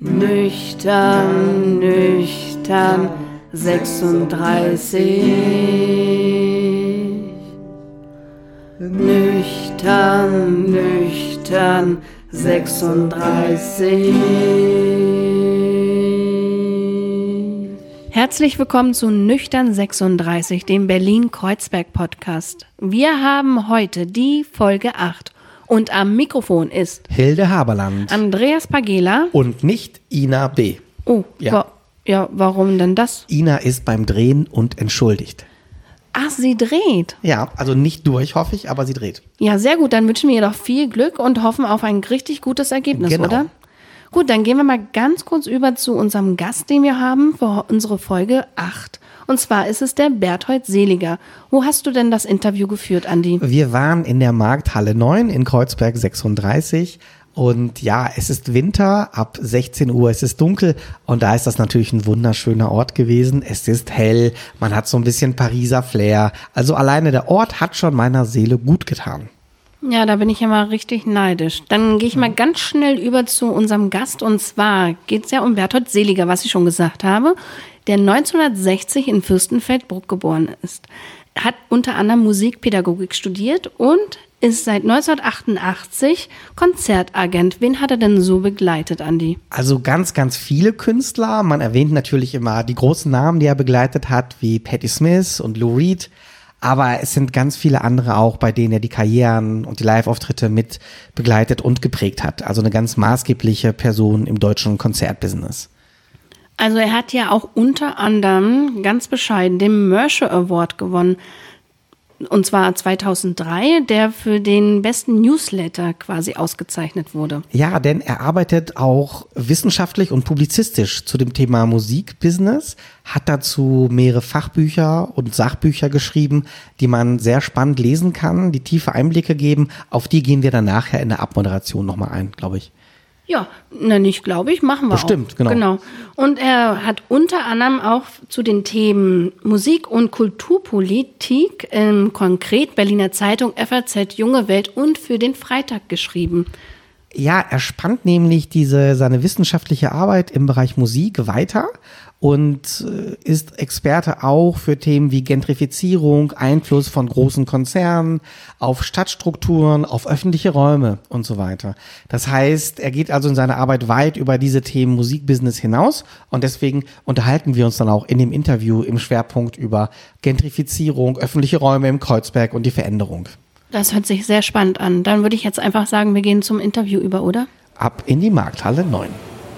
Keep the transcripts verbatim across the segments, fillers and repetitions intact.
Nüchtern, nüchtern, sechsunddreißig. Nüchtern, nüchtern, sechsunddreißig. Herzlich willkommen zu Nüchtern sechsunddreißig, dem Berlin-Kreuzberg-Podcast. Wir haben heute die Folge acht. Und am Mikrofon ist Hilde Haberland, Andreas Pagela und nicht Ina B. Oh, ja. Wa- ja, warum denn das? Ina ist beim Drehen und entschuldigt. Ach, sie dreht. Ja, also nicht durch, hoffe ich, aber sie dreht. Ja, sehr gut. Dann wünschen wir ihr doch viel Glück und hoffen auf ein richtig gutes Ergebnis, Genau. oder? Gut, dann gehen wir mal ganz kurz über zu unserem Gast, den wir haben für unsere Folge acht. Und zwar ist es der Berthold Seliger. Wo hast du denn das Interview geführt, Andi? Wir waren in der Markthalle neun in Kreuzberg sechsunddreißig. Und ja, es ist Winter, ab sechzehn Uhr es ist dunkel und da ist das natürlich ein wunderschöner Ort gewesen. Es ist hell, man hat so ein bisschen Pariser Flair. Also alleine der Ort hat schon meiner Seele gut getan. Ja, da bin ich ja mal richtig neidisch. Dann gehe ich mal ganz schnell über zu unserem Gast. Und zwar geht es ja um Berthold Seliger, was ich schon gesagt habe, der neunzehnhundertsechzig in Fürstenfeldbruck geboren ist. Hat unter anderem Musikpädagogik studiert und ist seit neunzehnhundertachtundachtzig Konzertagent. Wen hat er denn so begleitet, Andi? Also ganz, ganz viele Künstler. Man erwähnt natürlich immer die großen Namen, die er begleitet hat, wie Patti Smith und Lou Reed. Aber es sind ganz viele andere auch, bei denen er die Karrieren und die Live-Auftritte mit begleitet und geprägt hat. Also eine ganz maßgebliche Person im deutschen Konzertbusiness. Also er hat ja auch unter anderem ganz bescheiden den Mercer Award gewonnen. Und zwar zweitausenddrei, der für den besten Newsletter quasi ausgezeichnet wurde. Ja, denn er arbeitet auch wissenschaftlich und publizistisch zu dem Thema Musikbusiness, hat dazu mehrere Fachbücher und Sachbücher geschrieben, die man sehr spannend lesen kann, die tiefe Einblicke geben. Auf die gehen wir dann nachher in der Abmoderation nochmal ein, glaube ich. Ja, na nicht, glaube ich, machen wir Bestimmt, auch. genau. genau. Und er hat unter anderem auch zu den Themen Musik und Kulturpolitik im konkret Berliner Zeitung, F A Z, Junge Welt und für den Freitag geschrieben. Ja, er spannt nämlich diese, seine wissenschaftliche Arbeit im Bereich Musik weiter und ist Experte auch für Themen wie Gentrifizierung, Einfluss von großen Konzernen auf Stadtstrukturen, auf öffentliche Räume und so weiter. Das heißt, er geht also in seiner Arbeit weit über diese Themen Musikbusiness hinaus und deswegen unterhalten wir uns dann auch in dem Interview im Schwerpunkt über Gentrifizierung, öffentliche Räume im Kreuzberg und die Veränderung. Das hört sich sehr spannend an. Dann würde ich jetzt einfach sagen, wir gehen zum Interview über, oder? Ab in die Markthalle neun.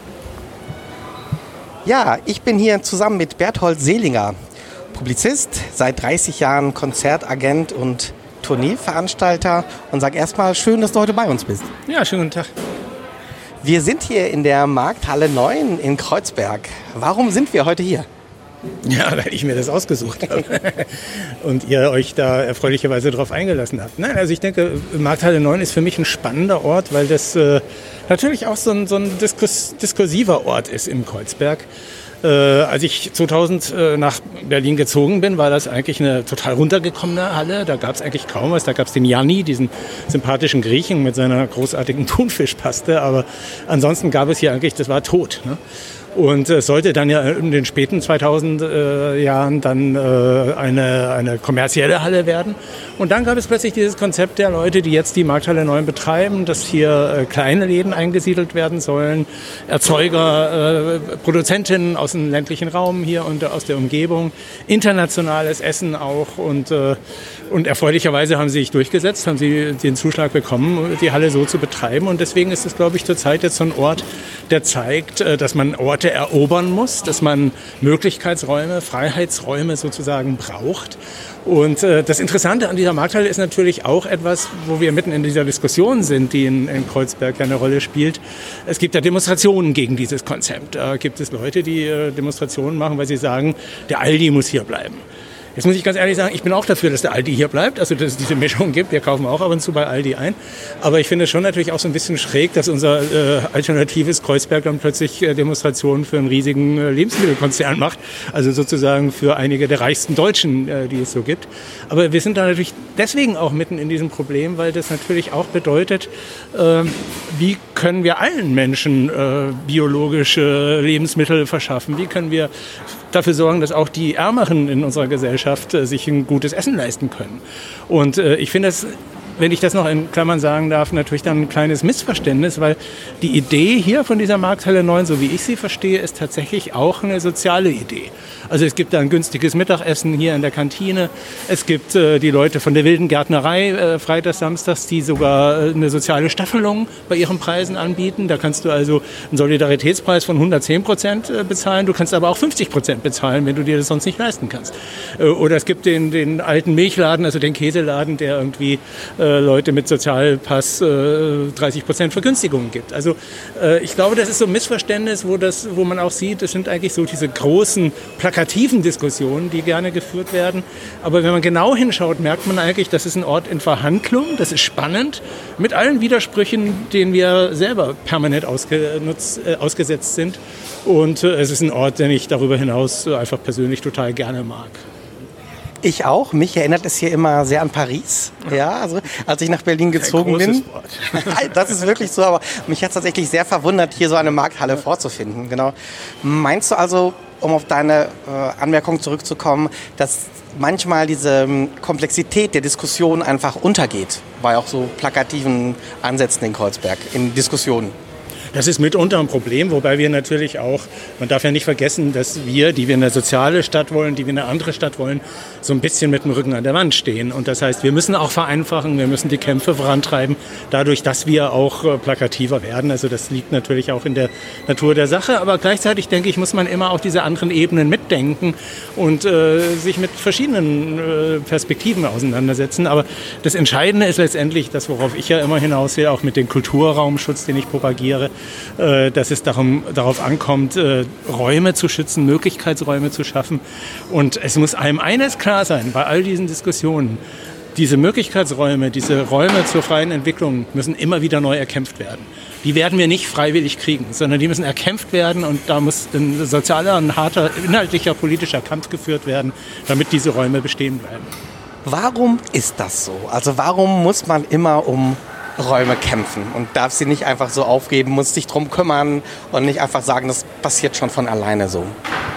Ja, ich bin hier zusammen mit Berthold Seliger, Publizist, seit dreißig Jahren Konzertagent und Tourneeveranstalter und sag erstmal schön, dass du heute bei uns bist. Ja, schönen guten Tag. Wir sind hier in der Markthalle neun in Kreuzberg. Warum sind wir heute hier? Ja, weil ich mir das ausgesucht habe und ihr euch da erfreulicherweise drauf eingelassen habt. Nein, also ich denke, Markthalle neun ist für mich ein spannender Ort, weil das äh, natürlich auch so ein, so ein Diskurs, diskursiver Ort ist im Kreuzberg. Äh, als ich zweitausend äh, nach Berlin gezogen bin, war das eigentlich eine total runtergekommene Halle. Da gab es eigentlich kaum was. Da gab es den Janni, diesen sympathischen Griechen mit seiner großartigen Thunfischpaste. Aber ansonsten gab es hier eigentlich, das war tot, ne? Und es sollte dann ja in den späten zweitausend äh, Jahren dann äh, eine, eine kommerzielle Halle werden. Und dann gab es plötzlich dieses Konzept der Leute, die jetzt die Markthalle neun betreiben, dass hier äh, kleine Läden eingesiedelt werden sollen, Erzeuger, äh, Produzentinnen aus dem ländlichen Raum hier und aus der Umgebung, internationales Essen auch. Und, äh, und erfreulicherweise haben sie sich durchgesetzt, haben sie den Zuschlag bekommen, die Halle so zu betreiben. Und deswegen ist es, glaube ich, zurzeit jetzt so ein Ort, der zeigt, äh, dass man Orte erobern muss, dass man Möglichkeitsräume, Freiheitsräume sozusagen braucht. Und äh, das Interessante an dieser Markthalle ist natürlich auch etwas, wo wir mitten in dieser Diskussion sind, die in, in Kreuzberg ja eine Rolle spielt. Es gibt ja Demonstrationen gegen dieses Konzept. Da gibt es Leute, die äh, Demonstrationen machen, weil sie sagen, der Aldi muss hier bleiben. Jetzt muss ich ganz ehrlich sagen, ich bin auch dafür, dass der Aldi hier bleibt, also dass es diese Mischung gibt. Wir kaufen auch ab und zu bei Aldi ein. Aber ich finde es schon natürlich auch so ein bisschen schräg, dass unser äh, alternatives Kreuzberg dann plötzlich äh, Demonstrationen für einen riesigen äh, Lebensmittelkonzern macht. Also sozusagen für einige der reichsten Deutschen, äh, die es so gibt. Aber wir sind da natürlich deswegen auch mitten in diesem Problem, weil das natürlich auch bedeutet, äh, wie können wir allen Menschen äh, biologische Lebensmittel verschaffen? Wie können wir dafür sorgen, dass auch die Ärmeren in unserer Gesellschaft äh, sich ein gutes Essen leisten können? Und äh, ich finde das, wenn ich das noch in Klammern sagen darf, natürlich dann ein kleines Missverständnis, weil die Idee hier von dieser Markthalle neun, so wie ich sie verstehe, ist tatsächlich auch eine soziale Idee. Also es gibt da ein günstiges Mittagessen hier in der Kantine. Es gibt äh, die Leute von der wilden Gärtnerei äh, freitags, samstags, die sogar äh, eine soziale Staffelung bei ihren Preisen anbieten. Da kannst du also einen Solidaritätspreis von hundertzehn Prozent äh, bezahlen. Du kannst aber auch fünfzig Prozent bezahlen, wenn du dir das sonst nicht leisten kannst. Äh, oder es gibt den, den alten Milchladen, also den Käseladen, der irgendwie äh, Leute mit Sozialpass äh, dreißig Prozent Vergünstigungen gibt. Also äh, ich glaube, das ist so ein Missverständnis, wo, das, wo man auch sieht, es sind eigentlich so diese großen plakativen Diskussionen, die gerne geführt werden. Aber wenn man genau hinschaut, merkt man eigentlich, das ist ein Ort in Verhandlung, das ist spannend, mit allen Widersprüchen, denen wir selber permanent ausgenutzt, äh, ausgesetzt sind. Und äh, es ist ein Ort, den ich darüber hinaus äh, einfach persönlich total gerne mag. Ich auch. Mich erinnert es hier immer sehr an Paris. Ja, also als ich nach Berlin gezogen bin. Das ist wirklich so, aber mich hat es tatsächlich sehr verwundert, hier so eine Markthalle vorzufinden. Genau. Meinst du also, um auf deine äh, Anmerkung zurückzukommen, dass manchmal diese ähm, Komplexität der Diskussion einfach untergeht bei auch so plakativen Ansätzen in Kreuzberg, in Diskussionen? Das ist mitunter ein Problem, wobei wir natürlich auch, man darf ja nicht vergessen, dass wir, die wir eine soziale Stadt wollen, die wir eine andere Stadt wollen, so ein bisschen mit dem Rücken an der Wand stehen. Und das heißt, wir müssen auch vereinfachen, wir müssen die Kämpfe vorantreiben, dadurch, dass wir auch äh, plakativer werden. Also das liegt natürlich auch in der Natur der Sache. Aber gleichzeitig, denke ich, muss man immer auch diese anderen Ebenen mitdenken und äh, sich mit verschiedenen äh, Perspektiven auseinandersetzen. Aber das Entscheidende ist letztendlich das, worauf ich ja immer hinaus will, auch mit dem Kulturraumschutz, den ich propagiere, dass es darum, darauf ankommt, Räume zu schützen, Möglichkeitsräume zu schaffen. Und es muss einem eines klar sein, bei all diesen Diskussionen, diese Möglichkeitsräume, diese Räume zur freien Entwicklung müssen immer wieder neu erkämpft werden. Die werden wir nicht freiwillig kriegen, sondern die müssen erkämpft werden und da muss ein sozialer, ein harter, inhaltlicher, politischer Kampf geführt werden, damit diese Räume bestehen bleiben. Warum ist das so? Also warum muss man immer um Räume kämpfen und darf sie nicht einfach so aufgeben, muss sich drum kümmern und nicht einfach sagen, das passiert schon von alleine so?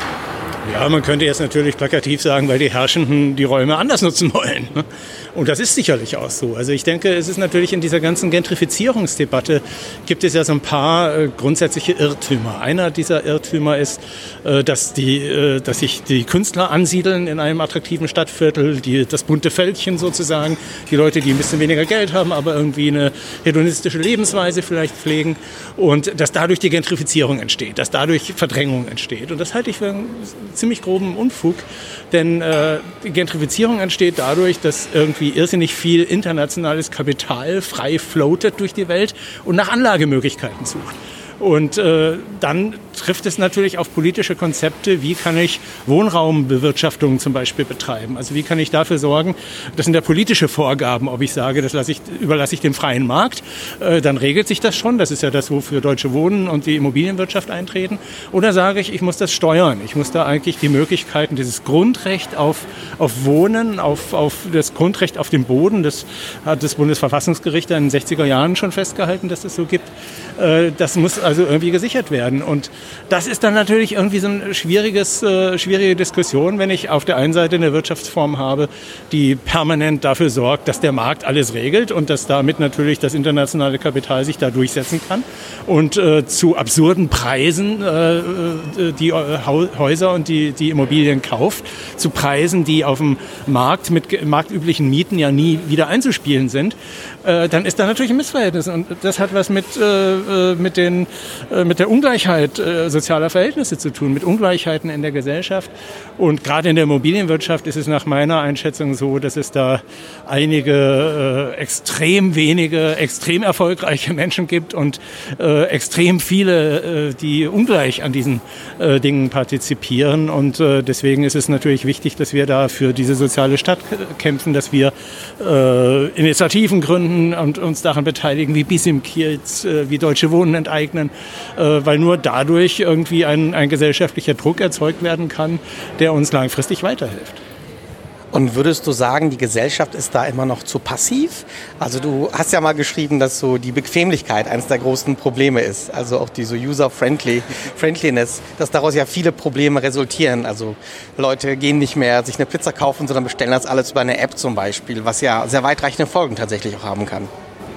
Ja, man könnte jetzt natürlich plakativ sagen, weil die Herrschenden die Räume anders nutzen wollen. Und das ist sicherlich auch so. Also ich denke, es ist natürlich in dieser ganzen Gentrifizierungsdebatte gibt es ja so ein paar äh, grundsätzliche Irrtümer. Einer dieser Irrtümer ist, äh, dass, die, äh, dass sich die Künstler ansiedeln in einem attraktiven Stadtviertel, die, das bunte Völkchen sozusagen, die Leute, die ein bisschen weniger Geld haben, aber irgendwie eine hedonistische Lebensweise vielleicht pflegen und dass dadurch die Gentrifizierung entsteht, dass dadurch Verdrängung entsteht. Und das halte ich für einen ziemlich groben Unfug, denn äh, die Gentrifizierung entsteht dadurch, dass irgendwie wie irrsinnig viel internationales Kapital frei floatet durch die Welt und nach Anlagemöglichkeiten sucht. Und äh, dann trifft es natürlich auf politische Konzepte, wie kann ich Wohnraumbewirtschaftung zum Beispiel betreiben. Also wie kann ich dafür sorgen, das sind ja politische Vorgaben, ob ich sage, das lasse ich, überlasse ich dem freien Markt, äh, dann regelt sich das schon, das ist ja das, wofür Deutsche Wohnen und die Immobilienwirtschaft eintreten. Oder sage ich, ich muss das steuern, ich muss da eigentlich die Möglichkeiten, dieses Grundrecht auf, auf Wohnen, auf, auf das Grundrecht auf den Boden, das hat das Bundesverfassungsgericht in den sechziger Jahren schon festgehalten, dass es so gibt, äh, das muss also irgendwie gesichert werden. Und das ist dann natürlich irgendwie so eine schwieriges, äh, schwierige Diskussion, wenn ich auf der einen Seite eine Wirtschaftsform habe, die permanent dafür sorgt, dass der Markt alles regelt und dass damit natürlich das internationale Kapital sich da durchsetzen kann und äh, zu absurden Preisen äh, die Häuser und die, die Immobilien kauft, zu Preisen, die auf dem Markt mit marktüblichen Mieten ja nie wieder einzuspielen sind, äh, dann ist da natürlich ein Missverhältnis. Und das hat was mit, äh, mit den mit der Ungleichheit sozialer Verhältnisse zu tun, mit Ungleichheiten in der Gesellschaft. Und gerade in der Immobilienwirtschaft ist es nach meiner Einschätzung so, dass es da einige äh, extrem wenige, extrem erfolgreiche Menschen gibt und äh, extrem viele, äh, die ungleich an diesen äh, Dingen partizipieren. Und äh, deswegen ist es natürlich wichtig, dass wir da für diese soziale Stadt kämpfen, dass wir äh, Initiativen gründen und uns daran beteiligen, wie Bisim Kiez, äh, wie Deutsche Wohnen enteignen, äh, weil nur dadurch irgendwie ein, ein gesellschaftlicher Druck erzeugt werden kann, der uns langfristig weiterhilft. Und würdest du sagen, die Gesellschaft ist da immer noch zu passiv? Also du hast ja mal geschrieben, dass so die Bequemlichkeit eines der großen Probleme ist. Also auch diese User-Friendliness, dass daraus ja viele Probleme resultieren. Also Leute gehen nicht mehr sich eine Pizza kaufen, sondern bestellen das alles über eine App zum Beispiel, was ja sehr weitreichende Folgen tatsächlich auch haben kann.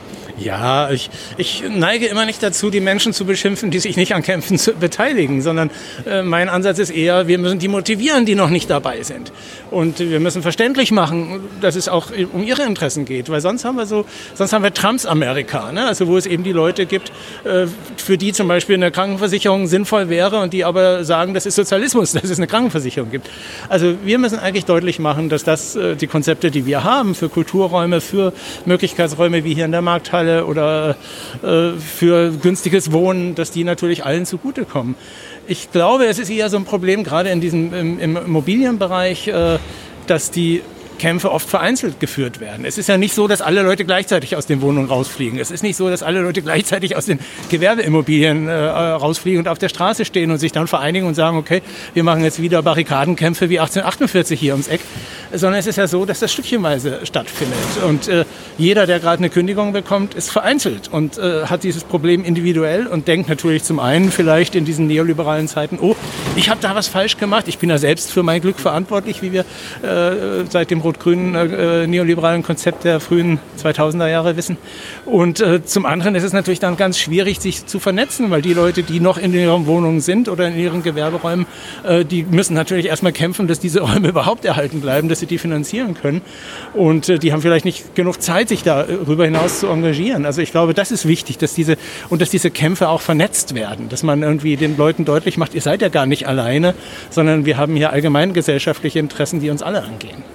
Ja, ich, ich neige immer nicht dazu, die Menschen zu beschimpfen, die sich nicht an Kämpfen zu beteiligen, sondern äh, mein Ansatz ist eher, wir müssen die motivieren, die noch nicht dabei sind. Und wir müssen verständlich machen, dass es auch um ihre Interessen geht, weil sonst haben wir so, sonst haben wir Trumps Amerika, ne? Also wo es eben die Leute gibt, äh, für die zum Beispiel eine Krankenversicherung sinnvoll wäre und die aber sagen, das ist Sozialismus, dass es eine Krankenversicherung gibt. Also wir müssen eigentlich deutlich machen, dass das äh, die Konzepte, die wir haben für Kulturräume, für Möglichkeitsräume wie hier in der Markthalle oder äh, für günstiges Wohnen, dass die natürlich allen zugutekommen. Ich glaube, es ist eher so ein Problem, gerade in diesem im, im Immobilienbereich, äh, dass die Kämpfe oft vereinzelt geführt werden. Es ist ja nicht so, dass alle Leute gleichzeitig aus den Wohnungen rausfliegen. Es ist nicht so, dass alle Leute gleichzeitig aus den Gewerbeimmobilien äh, rausfliegen und auf der Straße stehen und sich dann vereinigen und sagen, okay, wir machen jetzt wieder Barrikadenkämpfe wie achtzehnhundertachtundvierzig hier ums Eck. Sondern es ist ja so, dass das stückchenweise stattfindet. Und äh, jeder, der gerade eine Kündigung bekommt, ist vereinzelt und äh, hat dieses Problem individuell und denkt natürlich zum einen vielleicht in diesen neoliberalen Zeiten, oh, ich habe da was falsch gemacht. Ich bin ja selbst für mein Glück verantwortlich, wie wir äh, seit dem rot-grünen äh, neoliberalen Konzept der frühen zweitausender Jahre wissen. Und äh, zum anderen ist es natürlich dann ganz schwierig, sich zu vernetzen, weil die Leute, die noch in ihren Wohnungen sind oder in ihren Gewerberäumen, äh, die müssen natürlich erstmal kämpfen, dass diese Räume überhaupt erhalten bleiben, dass sie die finanzieren können. Und äh, die haben vielleicht nicht genug Zeit, sich darüber hinaus zu engagieren. Also ich glaube, das ist wichtig, dass diese und dass diese Kämpfe auch vernetzt werden, dass man irgendwie den Leuten deutlich macht, ihr seid ja gar nicht alleine, sondern wir haben hier allgemein gesellschaftliche Interessen, die uns alle angehen.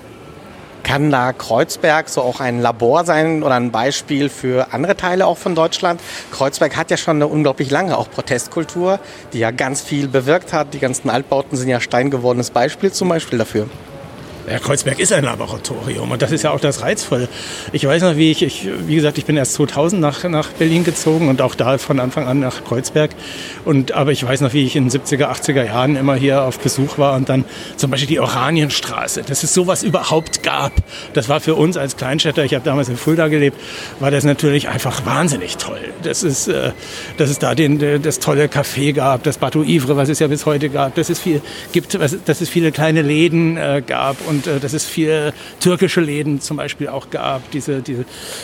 Kann da Kreuzberg so auch ein Labor sein oder ein Beispiel für andere Teile auch von Deutschland? Kreuzberg hat ja schon eine unglaublich lange auch Protestkultur, die ja ganz viel bewirkt hat. Die ganzen Altbauten sind ja steingewordenes Beispiel zum Beispiel dafür. Ja, Kreuzberg ist ein Laboratorium und das ist ja auch das Reizvolle. Ich weiß noch, wie ich, ich wie gesagt, ich bin erst zweitausend nach, nach Berlin gezogen und auch da von Anfang an nach Kreuzberg. Und, aber ich weiß noch, wie ich in den siebziger, achtziger Jahren immer hier auf Besuch war und dann zum Beispiel die Oranienstraße, dass es sowas überhaupt gab. Das war für uns als Kleinstädter, ich habe damals in Fulda gelebt, war das natürlich einfach wahnsinnig toll. Das ist, äh, dass es da den, das tolle Café gab, das Bateau Ivre, was es ja bis heute gab, dass es, viel, gibt, was, dass es viele kleine Läden äh, gab und Und äh, dass es viele türkische Läden zum Beispiel auch gab, diese, diese,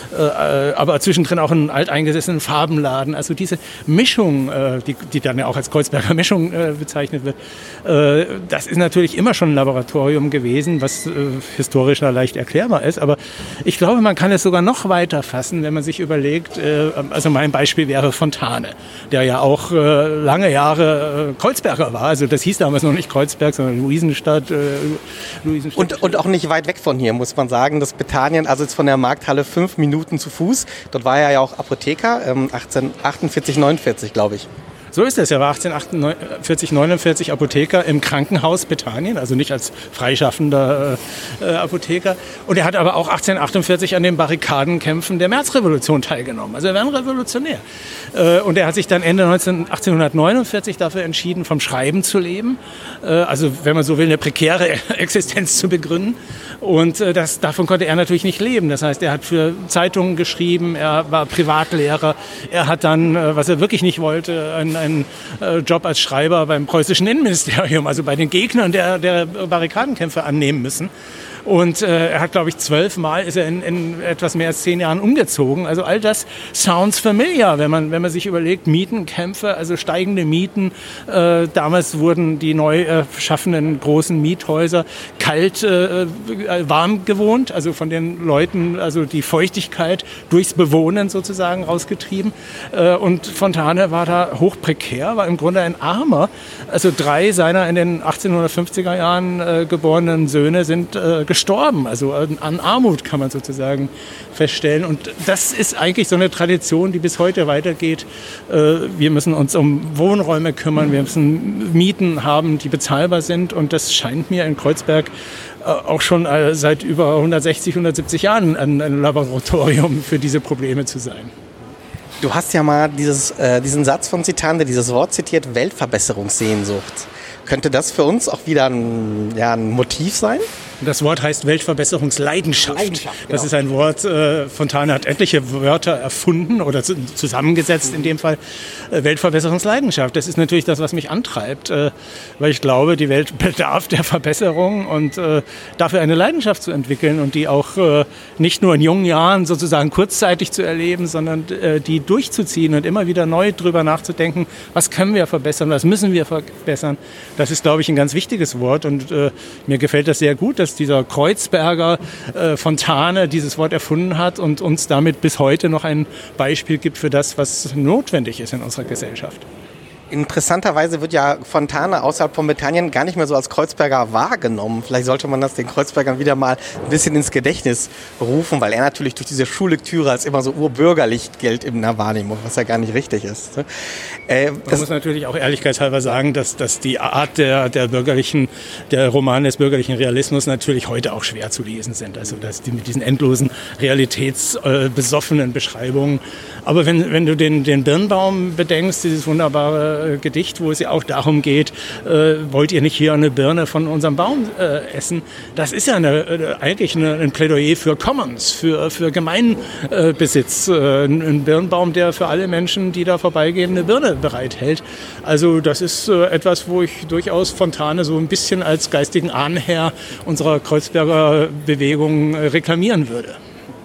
äh, aber zwischendrin auch einen alteingesessenen Farbenladen. Also diese Mischung, äh, die, die dann ja auch als Kreuzberger Mischung äh, bezeichnet wird, äh, das ist natürlich immer schon ein Laboratorium gewesen, was äh, historisch leicht erklärbar ist. Aber ich glaube, man kann es sogar noch weiter fassen, wenn man sich überlegt, äh, also mein Beispiel wäre Fontane, der ja auch äh, lange Jahre äh, Kreuzberger war. Also das hieß damals noch nicht Kreuzberg, sondern Luisenstadt. Äh, Luisenstadt. Und, und auch nicht weit weg von hier, muss man sagen. Das Bethanien, also jetzt von der Markthalle fünf Minuten zu Fuß. Dort war er ja auch Apotheker, ähm, achtzehnhundertachtundvierzig, neunundvierzig, glaube ich. So ist es. Er war achtzehnhundertachtundvierzig, neunundvierzig Apotheker im Krankenhaus Bethanien, also nicht als freischaffender äh, Apotheker. Und er hat aber auch achtzehnhundertachtundvierzig an den Barrikadenkämpfen der Märzrevolution teilgenommen. Also er war ein Revolutionär. Äh, und er hat sich dann Ende achtzehnhundertneunundvierzig dafür entschieden, vom Schreiben zu leben. Äh, also, wenn man so will, eine prekäre Existenz zu begründen. Und äh, das, davon konnte er natürlich nicht leben. Das heißt, er hat für Zeitungen geschrieben, er war Privatlehrer. Er hat dann, äh, was er wirklich nicht wollte, ein einen äh, Job als Schreiber beim preußischen Innenministerium, also bei den Gegnern der, der Barrikadenkämpfe annehmen müssen. Und äh, er hat, glaube ich, zwölfmal ist er in, in etwas mehr als zehn Jahren umgezogen. Also all das sounds familiar, wenn man, wenn man sich überlegt, Mietenkämpfe, also steigende Mieten. Äh, damals wurden die neu äh, schaffenden großen Miethäuser kalt, äh, warm gewohnt, also von den Leuten, also die Feuchtigkeit durchs Bewohnen sozusagen rausgetrieben. Äh, und Fontane war da hochprekär, war im Grunde ein Armer. Also drei seiner in den achtzehnhundertfünfziger Jahren äh, geborenen Söhne sind äh, gestorben. Also an, an Armut kann man sozusagen feststellen. Und das ist eigentlich so eine Tradition, die bis heute weitergeht. Äh, wir müssen uns um Wohnräume kümmern, wir müssen Mieten haben, die bezahlbar sind. Und das scheint mir in Kreuzberg äh, auch schon äh, seit über hundertsechzig, hundertsiebzig Jahren ein, ein Laboratorium für diese Probleme zu sein. Du hast ja mal dieses, äh, diesen Satz von Zitande, dieses Wort zitiert, Weltverbesserungssehnsucht. Könnte das für uns auch wieder ein, ja, ein Motiv sein? Das Wort heißt Weltverbesserungsleidenschaft. Leidenschaft, genau. Das ist ein Wort, äh, Fontane hat etliche Wörter erfunden oder zu, zusammengesetzt, mhm. in dem Fall äh, Weltverbesserungsleidenschaft. Das ist natürlich das, was mich antreibt, äh, weil ich glaube, die Welt bedarf der Verbesserung und äh, dafür eine Leidenschaft zu entwickeln und die auch äh, nicht nur in jungen Jahren sozusagen kurzzeitig zu erleben, sondern äh, die durchzuziehen und immer wieder neu drüber nachzudenken, was können wir verbessern, was müssen wir verbessern. Das ist, glaube ich, ein ganz wichtiges Wort und äh, mir gefällt das sehr gut, dass dieser Kreuzberger äh, Fontane dieses Wort erfunden hat und uns damit bis heute noch ein Beispiel gibt für das, was notwendig ist in unserer Gesellschaft. Interessanterweise wird ja Fontane außerhalb von Britannien gar nicht mehr so als Kreuzberger wahrgenommen. Vielleicht sollte man das den Kreuzbergern wieder mal ein bisschen ins Gedächtnis rufen, weil er natürlich durch diese Schullektüre als immer so urbürgerlich gilt in der Wahrnehmung, was ja gar nicht richtig ist. Äh, man muss natürlich auch ehrlichkeitshalber sagen, dass, dass die Art der, der bürgerlichen, der Romane des bürgerlichen Realismus natürlich heute auch schwer zu lesen sind. Also dass die mit diesen endlosen realitätsbesoffenen Beschreibungen. Aber wenn, wenn du den, den Birnbaum bedenkst, dieses wunderbare Gedicht, wo es ja auch darum geht, äh, wollt ihr nicht hier eine Birne von unserem Baum äh, essen? Das ist ja eine, äh, eigentlich eine, ein Plädoyer für Commons, für, für Gemeinbesitz. Äh, ein Birnbaum, der für alle Menschen, die da vorbeigehen, eine Birne bereithält. Also das ist äh, etwas, wo ich durchaus Fontane so ein bisschen als geistigen Ahnherr unserer Kreuzberger Bewegung äh, reklamieren würde.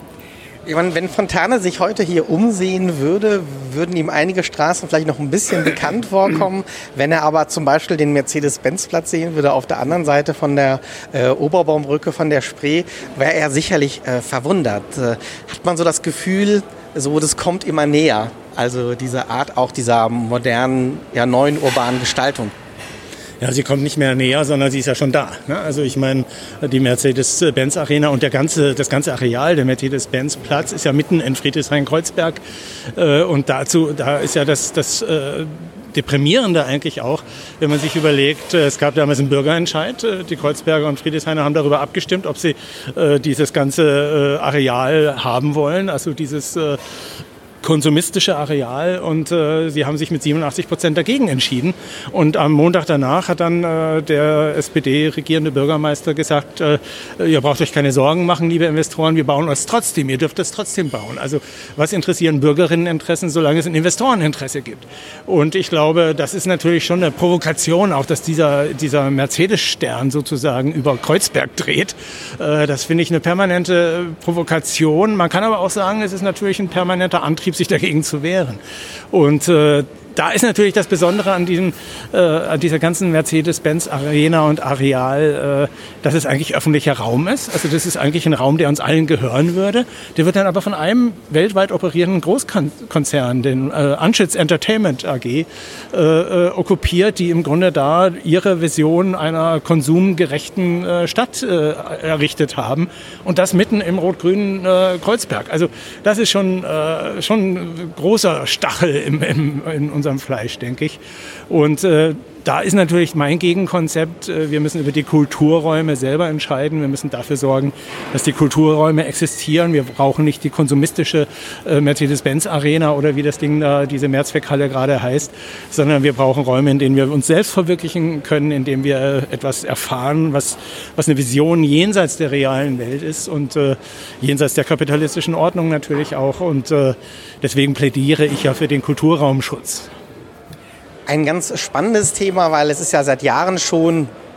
Wenn Fontane sich heute hier umsehen würde, würden ihm einige Straßen vielleicht noch ein bisschen bekannt vorkommen. Wenn er aber zum Beispiel den Mercedes-Benz-Platz sehen würde auf der anderen Seite von der äh, Oberbaumbrücke von der Spree, wäre er sicherlich äh, verwundert. Äh, hat man so das Gefühl, so das kommt immer näher. Also diese Art auch dieser modernen, ja, neuen urbanen Gestaltung. Ja, sie kommt nicht mehr näher, sondern sie ist ja schon da. Ne? Also ich meine, die Mercedes-Benz-Arena und der ganze, das ganze Areal, der Mercedes-Benz-Platz ist ja mitten in Friedrichshain-Kreuzberg. Äh, und dazu, da ist ja das, das äh, Deprimierende eigentlich auch, wenn man sich überlegt, es gab damals einen Bürgerentscheid, die Kreuzberger und Friedrichshainer haben darüber abgestimmt, ob sie äh, dieses ganze äh, Areal haben wollen, also dieses äh, konsumistische Areal und äh, sie haben sich mit siebenundachtzig Prozent dagegen entschieden. Und am Montag danach hat dann äh, der S P D-regierende Bürgermeister gesagt, äh, ihr braucht euch keine Sorgen machen, liebe Investoren, wir bauen es trotzdem, ihr dürft es trotzdem bauen. Also was interessieren Bürgerinneninteressen, solange es ein Investoreninteresse gibt? Und ich glaube, das ist natürlich schon eine Provokation, auch dass dieser, dieser Mercedes-Stern sozusagen über Kreuzberg dreht. Äh, das finde ich eine permanente Provokation. Man kann aber auch sagen, es ist natürlich ein permanenter Antrieb, sich dagegen zu wehren. Und äh, da ist natürlich das Besondere an, diesem, äh, an dieser ganzen Mercedes-Benz-Arena und Areal, äh, dass es eigentlich öffentlicher Raum ist. Also das ist eigentlich ein Raum, der uns allen gehören würde. Der wird dann aber von einem weltweit operierenden Großkonzern, den äh, Anschutz Entertainment A G, äh, äh, okkupiert, die im Grunde da ihre Vision einer konsumgerechten äh, Stadt äh, errichtet haben. Und das mitten im rot-grünen äh, Kreuzberg. Also das ist schon, äh, schon ein großer Stachel im, im, in unserem Fleisch, denke ich. Und äh, da ist natürlich mein Gegenkonzept, äh, wir müssen über die Kulturräume selber entscheiden. Wir müssen dafür sorgen, dass die Kulturräume existieren. Wir brauchen nicht die konsumistische äh, Mercedes-Benz-Arena oder wie das Ding da, diese Mehrzweckhalle gerade heißt, sondern wir brauchen Räume, in denen wir uns selbst verwirklichen können, in denen wir äh, etwas erfahren, was, was eine Vision jenseits der realen Welt ist und äh, jenseits der kapitalistischen Ordnung natürlich auch. Und äh, deswegen plädiere ich ja für den Kulturraumschutz. Ein ganz spannendes Thema, weil es ist ja seit Jahren schon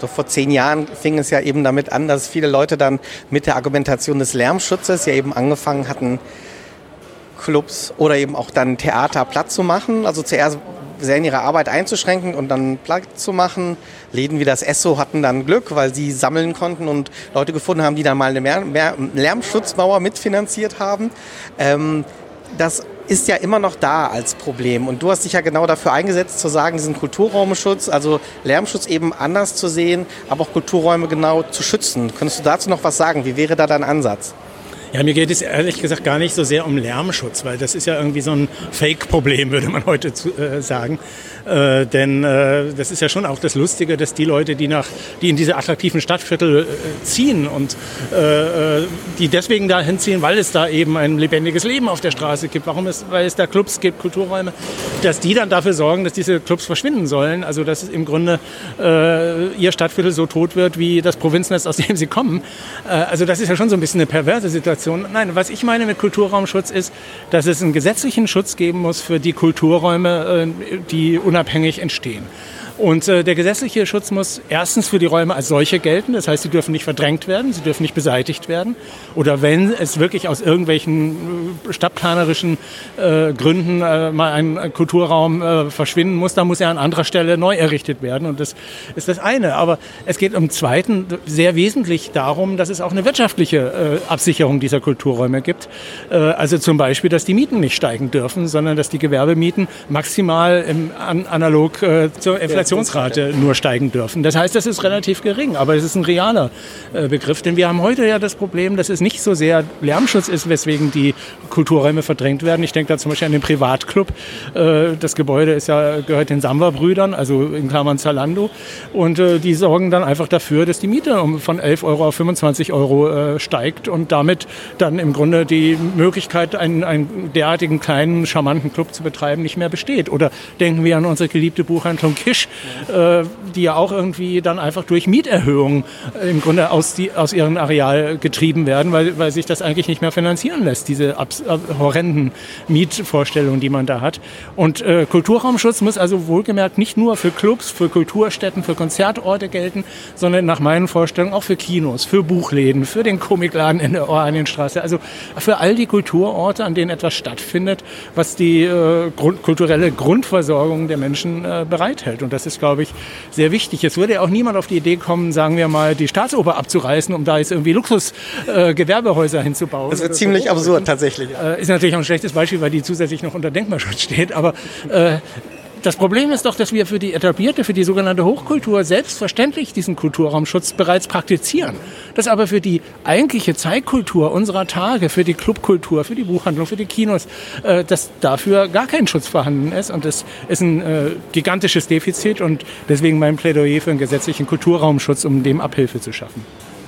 So vor zehn Jahren fing es ja eben damit an, dass viele Leute dann mit der Argumentation des Lärmschutzes ja eben angefangen hatten, Clubs oder eben auch dann Theater platt zu machen. Also zuerst sehr in ihre Arbeit einzuschränken und dann platt zu machen. Läden wie das Esso hatten dann Glück, weil sie sammeln konnten und Leute gefunden haben, die dann mal eine mehr, mehr Lärmschutzmauer mitfinanziert haben. Ähm, das ist ja immer noch da als Problem. Und du hast dich ja genau dafür eingesetzt, zu sagen, diesen Kulturraumschutz, also Lärmschutz eben anders zu sehen, aber auch Kulturräume genau zu schützen. Könntest du dazu noch was sagen? Wie wäre da dein Ansatz? Ja, mir geht es ehrlich gesagt gar nicht so sehr um Lärmschutz, weil das ist ja irgendwie so ein Fake-Problem, würde man heute zu, äh, sagen. Äh, denn äh, das ist ja schon auch das Lustige, dass die Leute, die nach, die in diese attraktiven Stadtviertel äh, ziehen und äh, die deswegen dahin ziehen, weil es da eben ein lebendiges Leben auf der Straße gibt, warum es, weil es da Clubs gibt, Kulturräume, dass die dann dafür sorgen, dass diese Clubs verschwinden sollen. Also dass es im Grunde äh, ihr Stadtviertel so tot wird wie das Provinznest, aus dem sie kommen. Äh, also das ist ja schon so ein bisschen eine perverse Situation. Nein, was ich meine mit Kulturraumschutz ist, dass es einen gesetzlichen Schutz geben muss für die Kulturräume, die unabhängig entstehen. Und äh, der gesetzliche Schutz muss erstens für die Räume als solche gelten. Das heißt, sie dürfen nicht verdrängt werden, sie dürfen nicht beseitigt werden. Oder wenn es wirklich aus irgendwelchen äh, stadtplanerischen äh, Gründen äh, mal ein Kulturraum äh, verschwinden muss, dann muss er an anderer Stelle neu errichtet werden. Und das ist das eine. Aber es geht im Zweiten sehr wesentlich darum, dass es auch eine wirtschaftliche äh, Absicherung dieser Kulturräume gibt. Äh, also zum Beispiel, dass die Mieten nicht steigen dürfen, sondern dass die Gewerbemieten maximal im, an, analog äh, zur Inflationsrate nur steigen dürfen. Das heißt, das ist relativ gering, aber es ist ein realer äh, Begriff, denn wir haben heute ja das Problem, dass es nicht so sehr Lärmschutz ist, weswegen die Kulturräume verdrängt werden. Ich denke da zum Beispiel an den Privatclub. Äh, das Gebäude ist ja, gehört den Samba-Brüdern, also in Klammern Zalando, und äh, die sorgen dann einfach dafür, dass die Miete um, von elf Euro auf fünfundzwanzig Euro äh, steigt und damit dann im Grunde die Möglichkeit, einen, einen derartigen kleinen, charmanten Club zu betreiben, nicht mehr besteht. Oder denken wir an unsere geliebte Buchhandlung Kisch, äh, die ja auch irgendwie dann einfach durch Mieterhöhungen äh, im Grunde aus, die, aus ihrem Areal getrieben werden, weil, weil sich das eigentlich nicht mehr finanzieren lässt, diese abs- äh, horrenden Mietvorstellungen, die man da hat. Und äh, Kulturraumschutz muss also wohlgemerkt nicht nur für Clubs, für Kulturstätten, für Konzertorte gelten, sondern nach meinen Vorstellungen auch für Kinos, für Buchläden, für den Komikladen in der Oranienstraße, also für all die Kulturorte, an denen etwas stattfindet, was die äh, grund- kulturelle Grundversorgung der Menschen äh, bereithält. Und das ist, glaube ich, sehr wichtig. Es würde ja auch niemand auf die Idee kommen, sagen wir mal, die Staatsoper abzureißen, um da jetzt irgendwie Luxus-Gewerbehäuser äh, hinzubauen. Das wird ziemlich so absurd, tatsächlich. Äh, ist natürlich auch ein schlechtes Beispiel, weil die zusätzlich noch unter Denkmalschutz steht. Aber äh, das Problem ist doch, dass wir für die etablierte, für die sogenannte Hochkultur selbstverständlich diesen Kulturraumschutz bereits praktizieren. Dass aber für die eigentliche Zeitkultur unserer Tage, für die Clubkultur, für die Buchhandlung, für die Kinos, äh, dass dafür gar kein Schutz vorhanden ist. Und das ist ein äh, gigantisches Defizit und deswegen mein Plädoyer für einen gesetzlichen Kulturraumschutz, um dem Abhilfe zu schaffen.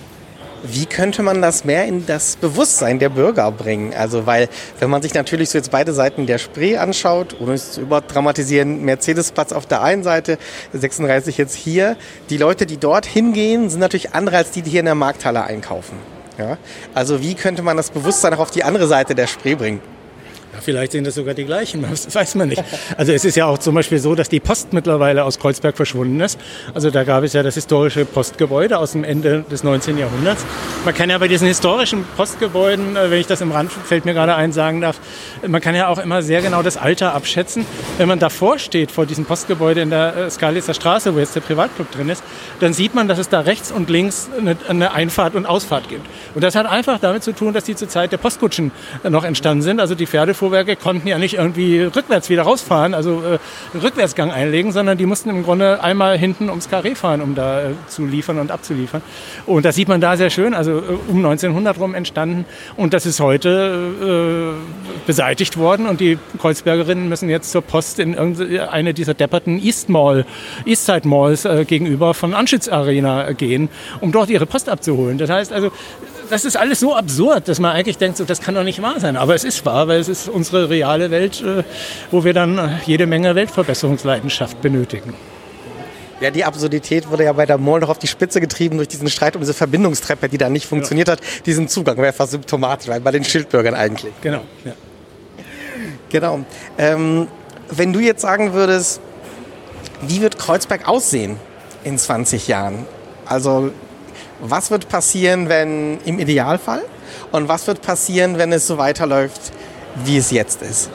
Wie könnte man das mehr in das Bewusstsein der Bürger bringen? Also, weil, wenn man sich natürlich so jetzt beide Seiten der Spree anschaut, ohne es zu überdramatisieren, Mercedesplatz auf der einen Seite, sechsunddreißig jetzt hier, die Leute, die dort hingehen, sind natürlich andere als die, die hier in der Markthalle einkaufen. Ja? Also, wie könnte man das Bewusstsein auch auf die andere Seite der Spree bringen? Ja, vielleicht sind das sogar die gleichen, das weiß man nicht. Also es ist ja auch zum Beispiel so, dass die Post mittlerweile aus Kreuzberg verschwunden ist. Also da gab es ja das historische Postgebäude aus dem Ende des neunzehnten Jahrhunderts. Man kann ja bei diesen historischen Postgebäuden, wenn ich das im Rand fällt mir gerade ein, sagen darf, man kann ja auch immer sehr genau das Alter abschätzen. Wenn man davor steht, vor diesem Postgebäude in der Skalitzer Straße, wo jetzt der Privatclub drin ist, dann sieht man, dass es da rechts und links eine, eine Einfahrt und Ausfahrt gibt. Und das hat einfach damit zu tun, dass die zur Zeit der Postkutschen noch entstanden sind. Also die Pferdefuhrwerke konnten ja nicht irgendwie rückwärts wieder rausfahren, also äh, einen Rückwärtsgang einlegen, sondern die mussten im Grunde einmal hinten ums Karree fahren, um da äh, zu liefern und abzuliefern. Und das sieht man da sehr schön, also äh, um neunzehnhundert rum entstanden. Und das ist heute äh, beseitigt worden und die Kreuzbergerinnen müssen jetzt zur Post in irgendeine dieser depperten East Mall, Eastside Malls äh, gegenüber von Anschütz Arena gehen, um dort ihre Post abzuholen. Das heißt also, das ist alles so absurd, dass man eigentlich denkt, so, das kann doch nicht wahr sein. Aber es ist wahr, weil es ist unsere reale Welt, wo wir dann jede Menge Weltverbesserungsleidenschaft benötigen. Ja, die Absurdität wurde ja bei der Mall noch auf die Spitze getrieben durch diesen Streit um diese Verbindungstreppe, die da nicht funktioniert ja. hat. Diesen Zugang wäre fast symptomatisch, bei den Schildbürgern eigentlich. Genau. Ja. Genau. Ähm, wenn du jetzt sagen würdest, wie wird Kreuzberg aussehen in zwanzig Jahren? Also was wird passieren, wenn im Idealfall und was wird passieren, wenn es so weiterläuft, wie es jetzt ist?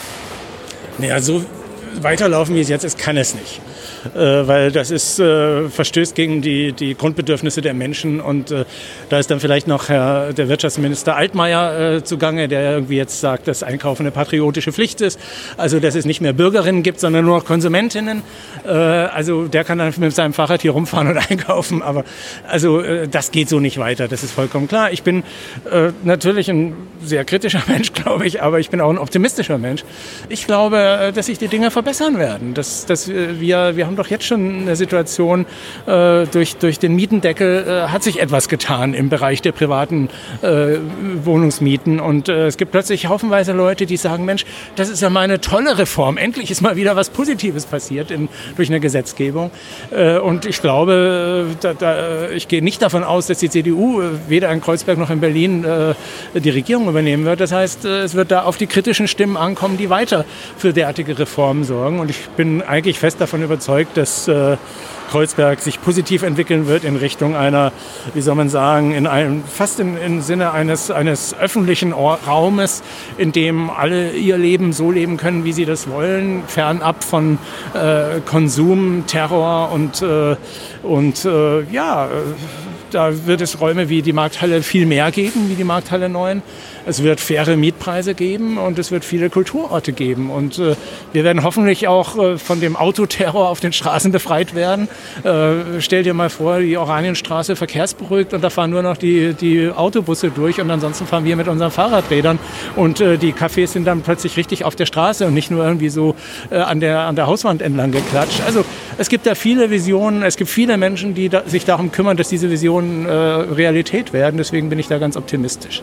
Naja, so weiterlaufen, wie es jetzt ist, kann es nicht. Äh, weil das ist, äh, verstößt gegen die, die Grundbedürfnisse der Menschen und äh, da ist dann vielleicht noch Herr, der Wirtschaftsminister Altmaier äh, zugange, der irgendwie jetzt sagt, dass Einkaufen eine patriotische Pflicht ist, also dass es nicht mehr Bürgerinnen gibt, sondern nur noch Konsumentinnen. Äh, also der kann dann mit seinem Fahrrad hier rumfahren und einkaufen, aber also äh, das geht so nicht weiter, das ist vollkommen klar. Ich bin äh, natürlich ein sehr kritischer Mensch, glaube ich, aber ich bin auch ein optimistischer Mensch. Ich glaube, äh, dass sich die Dinge verbessern werden, dass, dass wir, wir haben doch jetzt schon eine Situation, äh, durch, durch den Mietendeckel äh, hat sich etwas getan im Bereich der privaten äh, Wohnungsmieten und äh, es gibt plötzlich haufenweise Leute, die sagen, Mensch, das ist ja mal eine tolle Reform, endlich ist mal wieder was Positives passiert in, durch eine Gesetzgebung äh, und ich glaube, da, da, ich gehe nicht davon aus, dass die C D U äh, weder in Kreuzberg noch in Berlin äh, die Regierung übernehmen wird. Das heißt, äh, es wird da auf die kritischen Stimmen ankommen, die weiter für derartige Reformen sorgen und ich bin eigentlich fest davon überzeugt, dass äh, Kreuzberg sich positiv entwickeln wird in Richtung einer, wie soll man sagen, in einem, fast im, im Sinne eines, eines öffentlichen Or- Raumes, in dem alle ihr Leben so leben können, wie sie das wollen, fernab von äh, Konsum, Terror und, äh, und äh, ja, da wird es Räume wie die Markthalle viel mehr geben, wie die Markthalle neun. Es wird faire Mietpreise geben und es wird viele Kulturorte geben. Und äh, wir werden hoffentlich auch äh, von dem Autoterror auf den Straßen befreit werden. Äh, stell dir mal vor, die Oranienstraße verkehrsberuhigt und da fahren nur noch die, die Autobusse durch und ansonsten fahren wir mit unseren Fahrradrädern. Und äh, die Cafés sind dann plötzlich richtig auf der Straße und nicht nur irgendwie so äh, an der, an der Hauswand entlang geklatscht. Also es gibt da viele Visionen, es gibt viele Menschen, die da, sich darum kümmern, dass diese Visionen äh, Realität werden. Deswegen bin ich da ganz optimistisch.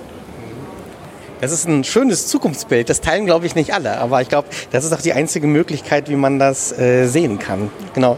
Das ist ein schönes Zukunftsbild. Das teilen, glaube ich, nicht alle. Aber ich glaube, das ist auch die einzige Möglichkeit, wie man das äh, sehen kann. Genau.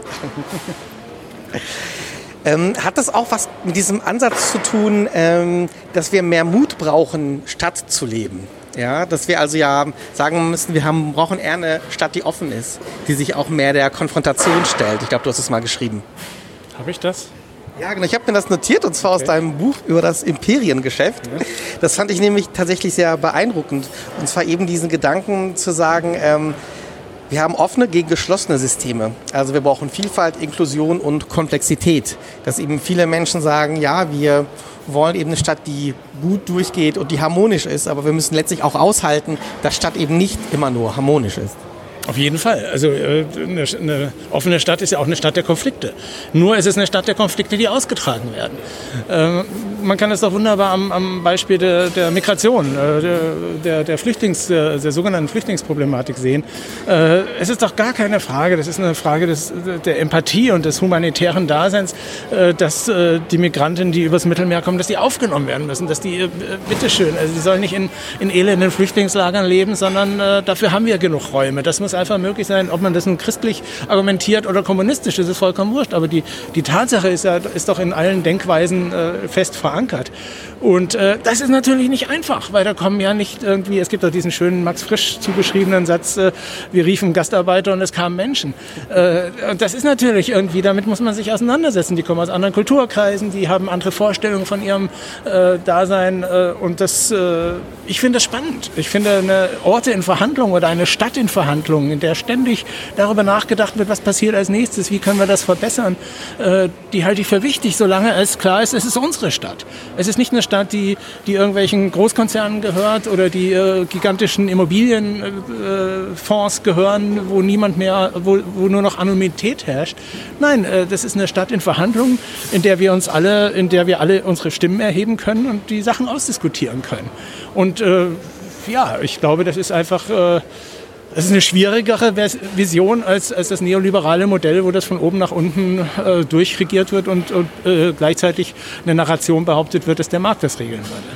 ähm, hat das auch was mit diesem Ansatz zu tun, ähm, dass wir mehr Mut brauchen, Stadt zu leben? Ja, dass wir also ja sagen müssen, wir haben, brauchen eher eine Stadt, die offen ist, die sich auch mehr der Konfrontation stellt. Ich glaube, du hast es mal geschrieben. Habe ich das? Ja, genau. Ich habe mir das notiert und zwar okay. aus deinem Buch über das Imperiengeschäft. Ja. Das fand ich nämlich tatsächlich sehr beeindruckend. Und zwar eben diesen Gedanken zu sagen, ähm, wir haben offene gegen geschlossene Systeme. Also wir brauchen Vielfalt, Inklusion und Komplexität. Dass eben viele Menschen sagen, ja, wir wollen eben eine Stadt, die gut durchgeht und die harmonisch ist. Aber wir müssen letztlich auch aushalten, dass Stadt eben nicht immer nur harmonisch ist. Auf jeden Fall. Also äh, eine, eine offene Stadt ist ja auch eine Stadt der Konflikte. Nur ist es eine Stadt der Konflikte, die ausgetragen werden. Äh, man kann das doch wunderbar am, am Beispiel der, der Migration, äh, der, der, der, Flüchtlings, der, der sogenannten Flüchtlingsproblematik sehen. Äh, es ist doch gar keine Frage, das ist eine Frage des, der Empathie und des humanitären Daseins, äh, dass äh, die Migranten, die übers Mittelmeer kommen, dass die aufgenommen werden müssen, dass die, äh, bitteschön, also die sollen nicht in, in elenden Flüchtlingslagern leben, sondern äh, dafür haben wir genug Räume. Das muss einfach möglich sein, ob man das nun christlich argumentiert oder kommunistisch, das ist vollkommen wurscht. Aber die, die Tatsache ist ja, ist doch in allen Denkweisen äh, fest verankert. Und äh, das ist natürlich nicht einfach, weil da kommen ja nicht irgendwie, es gibt doch diesen schönen Max Frisch zugeschriebenen Satz, äh, wir riefen Gastarbeiter und es kamen Menschen. Äh, und das ist natürlich irgendwie, damit muss man sich auseinandersetzen. Die kommen aus anderen Kulturkreisen, die haben andere Vorstellungen von ihrem äh, Dasein. Äh, und das, äh, ich finde das spannend. Ich finde eine Orte in Verhandlung oder eine Stadt in Verhandlung, in der ständig darüber nachgedacht wird, was passiert als nächstes, wie können wir das verbessern, äh, die halte ich für wichtig, solange es klar ist, es ist unsere Stadt. Es ist nicht eine Stadt, die, die irgendwelchen Großkonzernen gehört oder die äh, gigantischen Immobilienfonds äh, gehören, wo niemand mehr, wo, wo nur noch Anonymität herrscht. Nein, äh, das ist eine Stadt in Verhandlung, in der wir uns alle, in der wir alle unsere Stimmen erheben können und die Sachen ausdiskutieren können. Und äh, ja, ich glaube, das ist einfach äh, Das ist eine schwierigere Vision als, als das neoliberale Modell, wo das von oben nach unten äh, durchregiert wird und, und äh, gleichzeitig eine Narration behauptet wird, dass der Markt das regeln würde.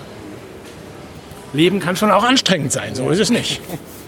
Leben kann schon auch anstrengend sein, so ist es nicht.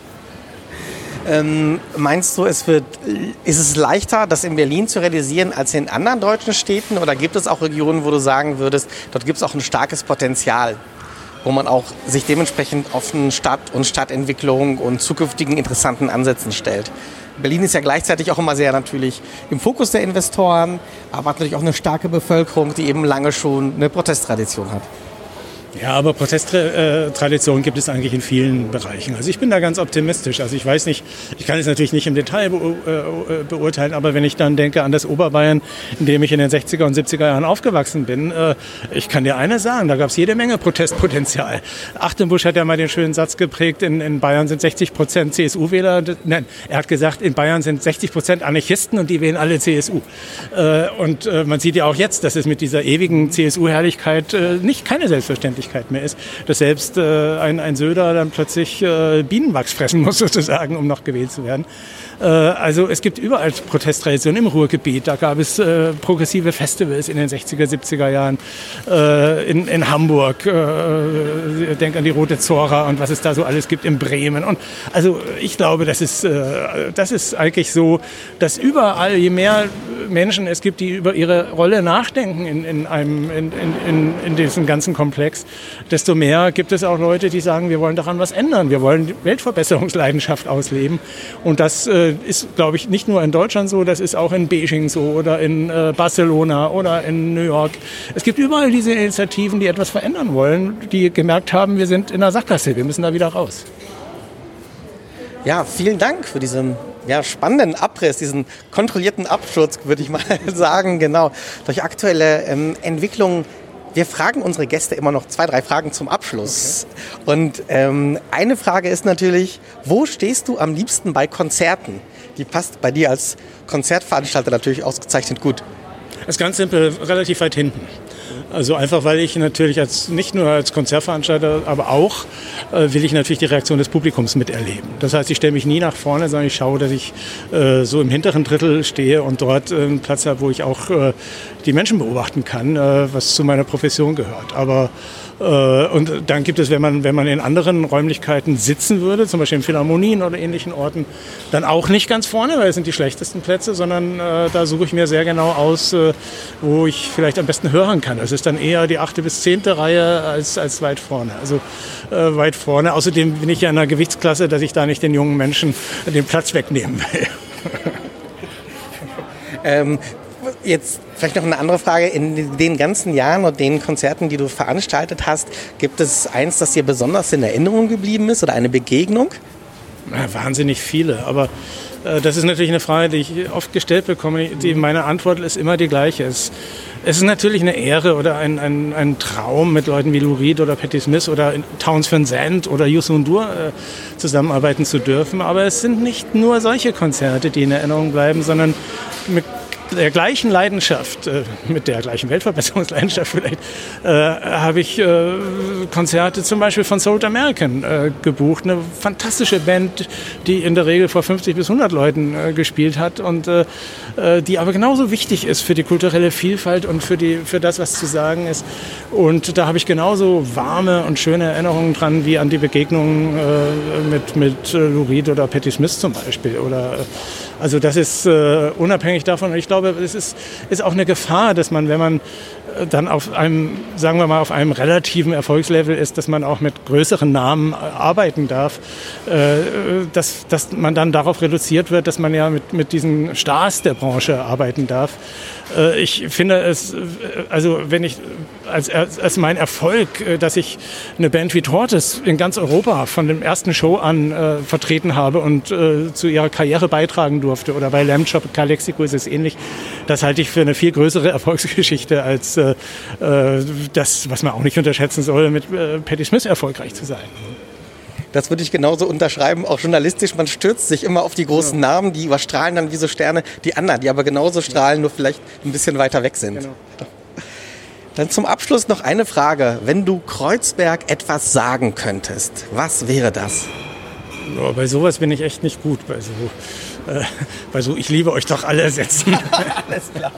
Ähm, meinst du, es wird, ist es leichter, das in Berlin zu realisieren als in anderen deutschen Städten? Oder gibt es auch Regionen, wo du sagen würdest, dort gibt es auch ein starkes Potenzial, wo man auch sich dementsprechend offenen Stadt- und Stadtentwicklung und zukünftigen interessanten Ansätzen stellt? Berlin ist ja gleichzeitig auch immer sehr natürlich im Fokus der Investoren, aber hat natürlich auch eine starke Bevölkerung, die eben lange schon eine Protesttradition hat. Ja, aber Protesttradition gibt es eigentlich in vielen Bereichen. Also ich bin da ganz optimistisch. Also ich weiß nicht, ich kann es natürlich nicht im Detail beurteilen, aber wenn ich dann denke an das Oberbayern, in dem ich in den sechziger und siebziger Jahren aufgewachsen bin, ich kann dir eines sagen, da gab es jede Menge Protestpotenzial. Achtenbusch hat ja mal den schönen Satz geprägt, in, in Bayern sind sechzig Prozent C S U-Wähler. Nein, er hat gesagt, in Bayern sind sechzig Prozent Anarchisten und die wählen alle C S U. Und man sieht ja auch jetzt, dass es mit dieser ewigen C S U-Herrlichkeit nicht keine Selbstverständlichkeit mehr ist, dass selbst äh, ein, ein Söder dann plötzlich äh, Bienenwachs fressen muss sozusagen, um noch gewählt zu werden. Äh, also es gibt überall Protesttraditionen im Ruhrgebiet. Da gab es äh, progressive Festivals in den sechziger, siebziger Jahren äh, in, in Hamburg. Äh, denk an die Rote Zora und was es da so alles gibt in Bremen. Und also ich glaube, das ist, äh, das ist eigentlich so, dass überall, je mehr Menschen es gibt, die über ihre Rolle nachdenken in, in, einem, in, in, in diesem ganzen Komplex, desto mehr gibt es auch Leute, die sagen, wir wollen daran was ändern. Wir wollen Weltverbesserungsleidenschaft ausleben. Und das äh, ist, glaube ich, nicht nur in Deutschland so, das ist auch in Beijing so oder in äh, Barcelona oder in New York. Es gibt überall diese Initiativen, die etwas verändern wollen, die gemerkt haben, wir sind in der Sackgasse, wir müssen da wieder raus. Ja, vielen Dank für diesen ja, spannenden Abriss, diesen kontrollierten Absturz, würde ich mal sagen, genau, durch aktuelle ähm, Entwicklungen. Wir fragen unsere Gäste immer noch zwei, drei Fragen zum Abschluss. Okay. Und ähm, eine Frage ist natürlich, wo stehst du am liebsten bei Konzerten? Die passt bei dir als Konzertveranstalter natürlich ausgezeichnet gut. Das ist ganz simpel, relativ weit hinten. Also einfach, weil ich natürlich als, nicht nur als Konzertveranstalter, aber auch äh, will ich natürlich die Reaktion des Publikums miterleben. Das heißt, ich stelle mich nie nach vorne, sondern ich schaue, dass ich äh, so im hinteren Drittel stehe und dort äh, einen Platz habe, wo ich auch äh, die Menschen beobachten kann, äh, was zu meiner Profession gehört. Aber und dann gibt es, wenn man, wenn man in anderen Räumlichkeiten sitzen würde, zum Beispiel in Philharmonien oder ähnlichen Orten, dann auch nicht ganz vorne, weil es sind die schlechtesten Plätze, sondern äh, da suche ich mir sehr genau aus, äh, wo ich vielleicht am besten hören kann. Das ist dann eher die achte bis zehnte Reihe als, als weit vorne. Also äh, weit vorne. Außerdem bin ich ja in einer Gewichtsklasse, dass ich da nicht den jungen Menschen den Platz wegnehmen will. ähm Jetzt vielleicht noch eine andere Frage. In den ganzen Jahren und den Konzerten, die du veranstaltet hast, gibt es eins, das dir besonders in Erinnerung geblieben ist oder eine Begegnung? Ja, wahnsinnig viele, aber äh, das ist natürlich eine Frage, die ich oft gestellt bekomme. Die, meine Antwort ist immer die gleiche. Es, es ist natürlich eine Ehre oder ein, ein, ein Traum, mit Leuten wie Lou Reed oder Patti Smith oder Townes Van Zandt oder Youssou N'Dour äh, zusammenarbeiten zu dürfen. Aber es sind nicht nur solche Konzerte, die in Erinnerung bleiben, sondern mit der gleichen Leidenschaft, äh, mit der gleichen Weltverbesserungsleidenschaft vielleicht, äh, habe ich äh, Konzerte zum Beispiel von Sold American äh, gebucht. Eine fantastische Band, die in der Regel vor fünfzig bis hundert Leuten äh, gespielt hat und äh, die aber genauso wichtig ist für die kulturelle Vielfalt und für, die, für das, was zu sagen ist. Und da habe ich genauso warme und schöne Erinnerungen dran wie an die Begegnungen äh, mit, mit Lou Reed oder Patti Smith zum Beispiel. Oder, also das ist äh, unabhängig davon. Und ich glaube, es ist, ist auch eine Gefahr, dass man, wenn man dann auf einem, sagen wir mal, auf einem relativen Erfolgslevel ist, dass man auch mit größeren Namen arbeiten darf, äh, dass, dass man dann darauf reduziert wird, dass man ja mit, mit diesen Stars der Branche arbeiten darf. Äh, ich finde es, also wenn ich als, als mein Erfolg, äh, dass ich eine Band wie Tortoise in ganz Europa von dem ersten Show an äh, vertreten habe und äh, zu ihrer Karriere beitragen durfte, oder bei Lamb Chop Calexico ist es ähnlich, das halte ich für eine viel größere Erfolgsgeschichte als äh, das, was man auch nicht unterschätzen soll, mit äh, Patti Smith erfolgreich zu sein. Das würde ich genauso unterschreiben, auch journalistisch. Man stürzt sich immer auf die großen ja. Namen, die überstrahlen dann wie so Sterne die anderen, die aber genauso strahlen, nur vielleicht ein bisschen weiter weg sind. Genau. Dann zum Abschluss noch eine Frage. Wenn du Kreuzberg etwas sagen könntest, was wäre das? Oh, bei sowas bin ich echt nicht gut. Bei so, äh, bei so ich liebe euch doch alle Sätzen. Alles klar.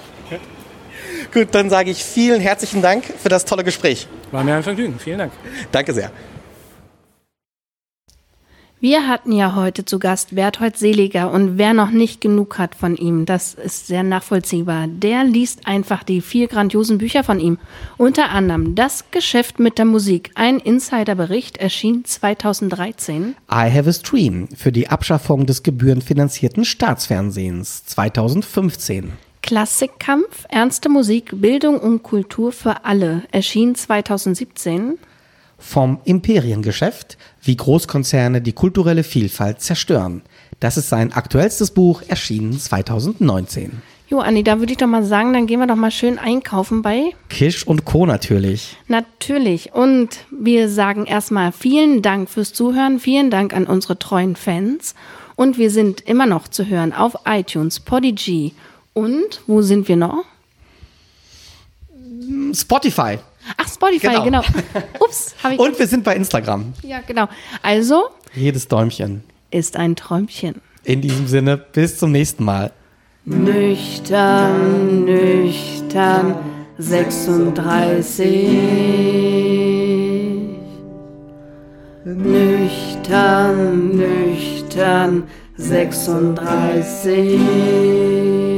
Gut, dann sage ich vielen herzlichen Dank für das tolle Gespräch. War mir ein Vergnügen. Vielen Dank. Danke sehr. Wir hatten ja heute zu Gast Berthold Seliger und wer noch nicht genug hat von ihm, das ist sehr nachvollziehbar, der liest einfach die vier grandiosen Bücher von ihm. Unter anderem Das Geschäft mit der Musik, ein Insiderbericht, erschien zweitausenddreizehn. I Have a Stream für die Abschaffung des gebührenfinanzierten Staatsfernsehens zweitausendfünfzehn. Klassikkampf, ernste Musik, Bildung und Kultur für alle, erschien zweitausendsiebzehn. Vom Imperiengeschäft, wie Großkonzerne die kulturelle Vielfalt zerstören. Das ist sein aktuellstes Buch, erschienen zweitausendneunzehn. Jo, Anni, da würde ich doch mal sagen, dann gehen wir doch mal schön einkaufen bei Kisch und Co. natürlich. Natürlich. Und wir sagen erstmal vielen Dank fürs Zuhören, vielen Dank an unsere treuen Fans. Und wir sind immer noch zu hören auf iTunes, Podigy. Und wo sind wir noch? Spotify. Ach, Spotify, genau. genau. Ups, habe ich. Und wir sind bei Instagram. Ja, genau. Also. Jedes Däumchen ist ein Träumchen. In diesem Sinne, bis zum nächsten Mal. Nüchtern, nüchtern, sechsunddreißig. Nüchtern, nüchtern, sechsunddreißig.